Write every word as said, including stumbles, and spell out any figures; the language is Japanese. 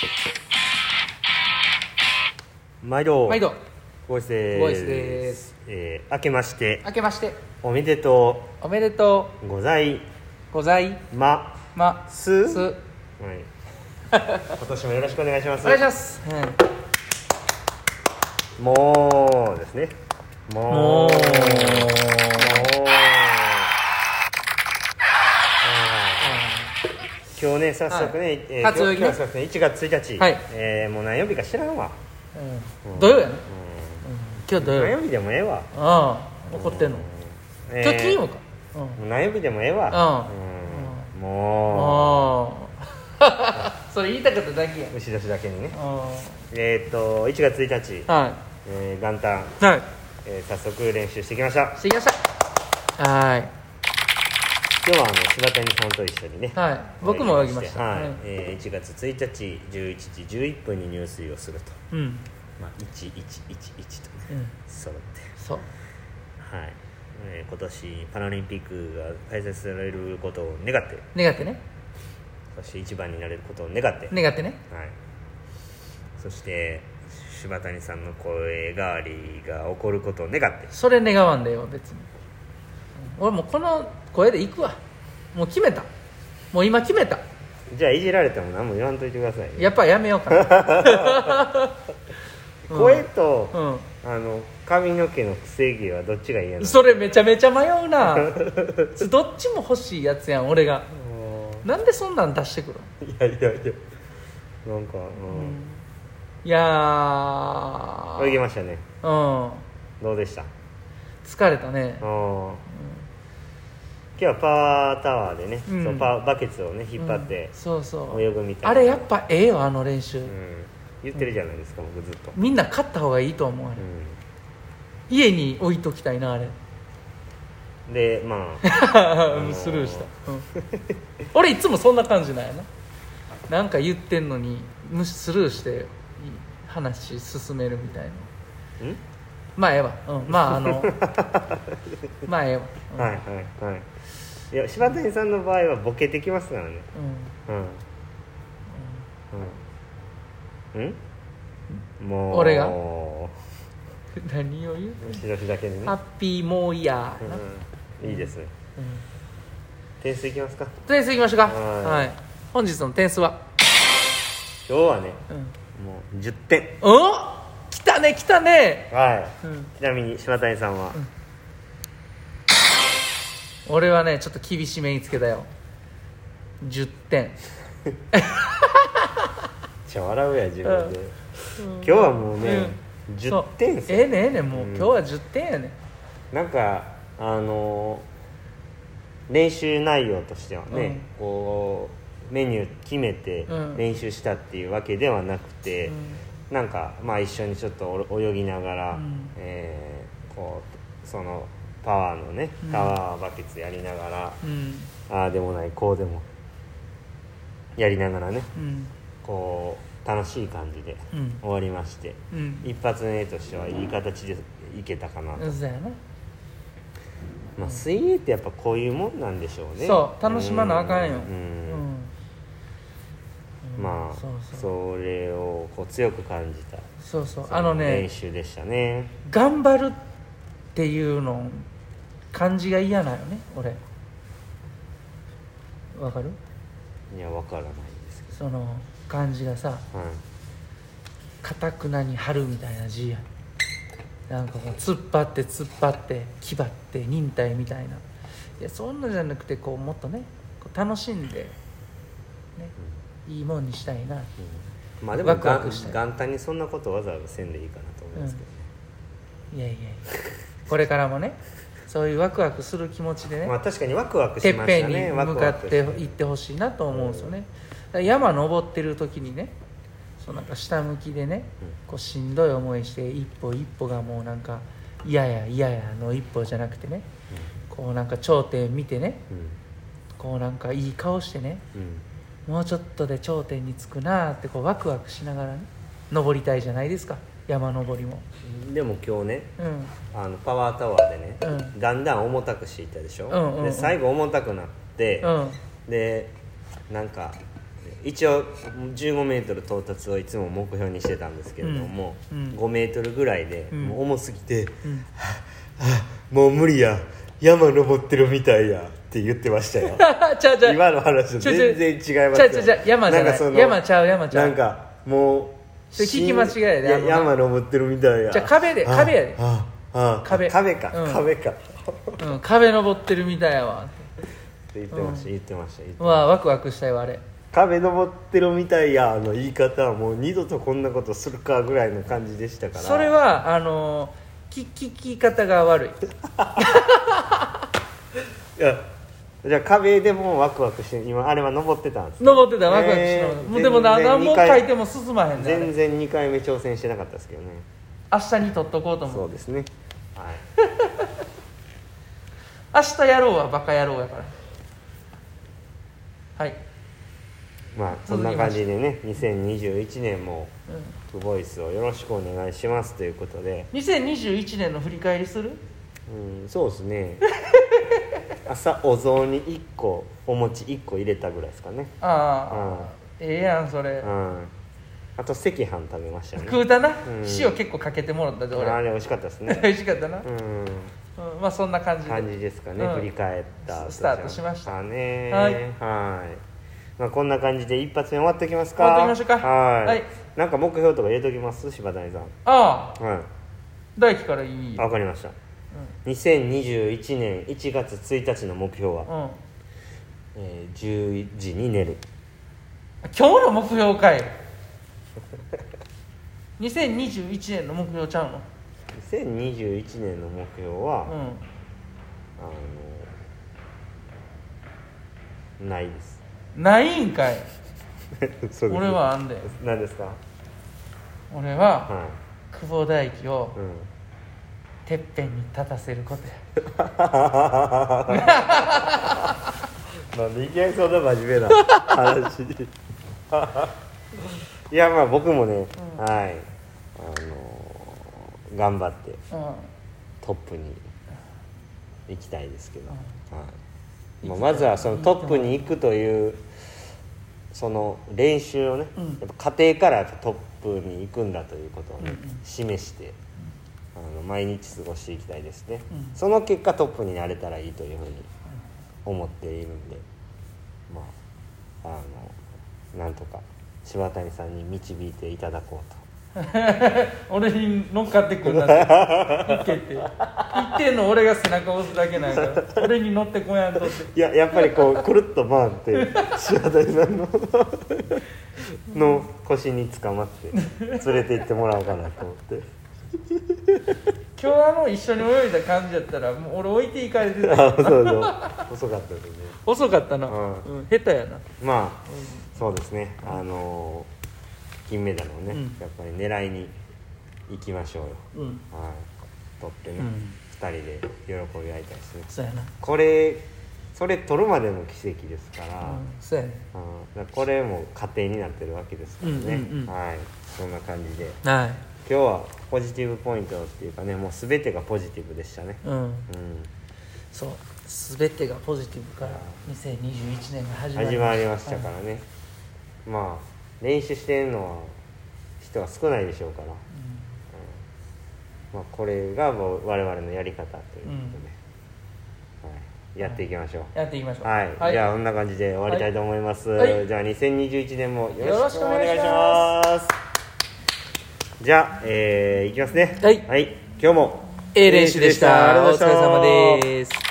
毎度毎度ボイスです。 ボイスです。 えー、明けまして明けましておめでとおめでとうございうございまますす。 はい、今年もよろしくお願いします。 お願いします、 うん、もうですねもうもうもう今日ね早速ね、はいえー、 初泳ぎね今日は早速ねいちがつついたち、 はいえー、もう何曜日か知らんわ、 うんうん、 土曜やね、 うん今日土曜何曜日でもええわ。 ああ怒ってんの、 えー、 今日金曜か、うん、 何曜日でもええわ、うん、もうああそれ言いたかっただけや。 牛年だけにねあえー、っといちがつついたち、 はえー、元旦、 いはいえー、早速練習してきました。 してきましたはい今日はあの柴谷さんと一緒にね、 はい僕も泳ぎました、 はいはいえー、いちがつついたちじゅういちじじゅういっぷんに入水をすると、 うんまあ、いちいちいちいちとね、 うん揃ってそうはい、えー、今年パラリンピックが開催されることを願って願ってねそして一番になれることを願って願ってねはい、そして柴谷さんの声変わりが起こることを願ってそれ願わんでよ別に。俺もうこの声で行くわ。もう決めた。もう今決めた。 じゃあいじられても何も言わんといてくださいね。 やっぱやめようかな。 声と、 うん、 あの髪の毛の癖毛はどっちが嫌なの？ それめちゃめちゃ迷うな。どっちも欲しいやつやん俺が。なんでそんなん出してくるの？いやいやいやなんか、うんうん、いや泳ぎましたね。 うんどうでした？ 疲れたね。 うん、今日はパワータワーでね、 うん、 そうパバケツをね引っ張って、 うん、そうそう泳ぐみたいな。 あれやっぱええよあの練習、うん、 言ってるじゃないですか、僕ずっと。 みんな勝った方がいいと思うあれ、 うん、 家に置いときたいなあれでまあ、 あのー、スルーした、うん、俺いつもそんな感じなんやな。なんか言ってんのに無視スルーして話進めるみたいな。 んまあええわ、うん、まああのまあええわ、 うん、はいはいはい。いや柴谷さんの場合はボケてきますからね。うんうんうん、うん、もう俺が何を言うしどしだけにねハッピーモーイヤーな、 うん、いいですね、うん、点数いきますか。 点数いきましょうか。 はい、 はい、本日の点数は今日はね、うん、もうじゅってん。 お来たね来たね、 はい、うん、ちなみに柴谷さんは、うん、 俺はねちょっと厳しめにつけたよ。じゅってん。 じゃあ笑うや自分で、うん、今日はもうね、うん、じゅってんっすよ。 ええねええねもう、うん、今日はじゅってんやね。 なんかあのー、練習内容としてはね、うん、こうメニュー決めて練習したっていうわけではなくて、うん、なんかまあ一緒にちょっと泳ぎながら、うん、えー、こうそのパワーのねタワーバケツやりながら、うん、ああでもないこうでもやりながらね、うん、こう楽しい感じで終わりまして、うん、一発目としてはいい形でいけたかなと。 うん、そうやな。 まあ、水泳ってやっぱこういうもんなんでしょうね。 そう楽しまなあかんよ、うんうん、まあそうそうそれをこう強く感じたそうそうあのね練習でしたね。 頑張るっていうの感じが嫌なよね俺。わかる？ いやわからないですけどその感じがさかたくなに張るみたいな字や。なんかこう突っ張って突っ張って気張って忍耐みたいな。いやそんなじゃなくてこうもっとねこう楽しんで、ねうん、いいもんにしたいな、 うん、まあでもワクワクしたい。元旦にそんなことわざわざせんでいいかなと思いますけどね、うん、 いやいやいやこれからもねそういうワクワクする気持ちでね、 まあ、確かにワクワクしましたね。 てっぺんに向かっていってほしいなと思うんですよね、うん、山登ってる時にねそうなんか下向きでね、こうしんどい思いして一歩一歩がもうなんか嫌や嫌やの一歩じゃなくてね、うん、こうなんか頂点見てね、うん、こうなんかいい顔してね、うん、もうちょっとで頂点に着くなってこうワクワクしながらね登りたいじゃないですか山登りも。 でも今日ね、うん、あのパワータワーでね、うん、だんだん重たくしていったでしょ、うんうんうん、で最後重たくなって、うん、でなんか一応じゅうごメートル到達をいつも目標にしてたんですけれども、うんうん、ごメートルぐらいで、うん、もう重すぎて、うん、はあ、もう無理や、山登ってるみたいやって言ってましたよちゃうちゃう今の話と全然違いますよ。 ちゃうちゃうちゃう、山じゃない、山ちゃう山ちゃう、 なんかもうそれ聞き間違いやで、 や山登ってるみたいや。 じゃあ壁で壁やで、 ああああ壁壁か、うん、壁か、 うん、壁登ってるみたいやわって言ってました、うん、言ってました言ってました。 まあワクワクしたよあれ。 壁登ってるみたいやの言い方はもう二度とこんなことするかぐらいの感じでしたから。 それはあの聞き方が悪いいや、じゃあ壁でもワクワクして、今あれは登ってたんです、ね、 登ってた、ワクワクしてた、えー、でも何本書いても進まへんね。 全然にかいめ挑戦してなかったですけどね。 明日に取っとこうと思う。 そうですね、はい明日やろうはバカ野郎やから。はい、 まあそんな感じでね、にせんにじゅういちねんもクボイスをよろしくお願いしますということで、 にせんにじゅういちねんの振り返りする？ うん、そうですね朝お雑煮いっこ、お餅いっこ入れたぐらいですかね。 ああ、うん、ええやんそれ、うん、 あと赤飯食べましたね。 食うたな、うん、塩結構かけてもらったで俺。 あれ美味しかったですね美味しかったな、うん、うん、まあそんな感じで感じですかね、うん、振り返ったスタートしましたね。はい、はい、まあ、こんな感じで一発目終わっておきますか。 終わっておきましょうか。 はい、 はい、 なんか目標とか入れときます、柴谷さん。 ああ、 はい、 大輝からいい。 わかりました、うん、にせんにじゅういちねんいちがつついたちの目標は、うん、えー、じゅうじに寝る。 今日の目標かいにせんにじゅういちねんの目標ちゃうの？にせんにじゅういちねんの目標は、うん、あのないです。 ないんかいそう俺はあんで。 何ですか？ 俺は、はい、久保大輝を、うん、てっぺんに立たせることやなんでいきなりそんな真面目な話いや、まあ僕もね、うん、はい、あのー、頑張って、うん、トップに行きたいですけど、うん、はい、まあ、まずはそのトップに行くというその練習をね、うん、やっぱ家庭からトップに行くんだということをね、うんうん、示して、あの毎日過ごしていきたいですね、うん、その結果トップになれたらいいというふうに思っているんで、まあ、あのなんとか柴谷さんに導いていただこうと俺に乗っかってくるなって行けって言ってんの俺が背中を押すだけなんやから俺に乗ってこやんとって。 いや、やっぱりこうくるっと回って柴谷さんのの腰に捕まって連れて行ってもらおうかなと思って今日あの一緒に泳いだ感じだったらもう俺置いていかれてた。 あ、そうそう遅かったですね。 遅かったな、うんうん、下手やな。 まあ、うん、そうですね、あのー金メダルをね、うん、やっぱり狙いに行きましょうよ、うん、はい、取ってね、うん、ふたりで喜び合いたいですね。 そうやな、 これそれ取るまでの奇跡ですから、 うん、そうやね、 うん、これも過程になってるわけですからね、うんうんうん、はい、そんな感じで、 はい、 今日はポジティブポイントっていうかね、もう全てがポジティブでしたね、うん、うん、 そう、全てがポジティブからにせんにじゅういちねんが始まりました始まりましたからね、はい、まあ練習してるのは人は少ないでしょうから、うんうん、まあ、これがもう我々のやり方ということで、うん、はい、やっていきましょう、 やっていきましょう、 はい、はい、じゃあこんな感じで終わりたいと思います、はい、じゃあにせんにじゅういちねんもよろしくお願いします。じゃあ、えー、いきますね、 はい、 はい、今日も A 練習でした。お疲れ様です。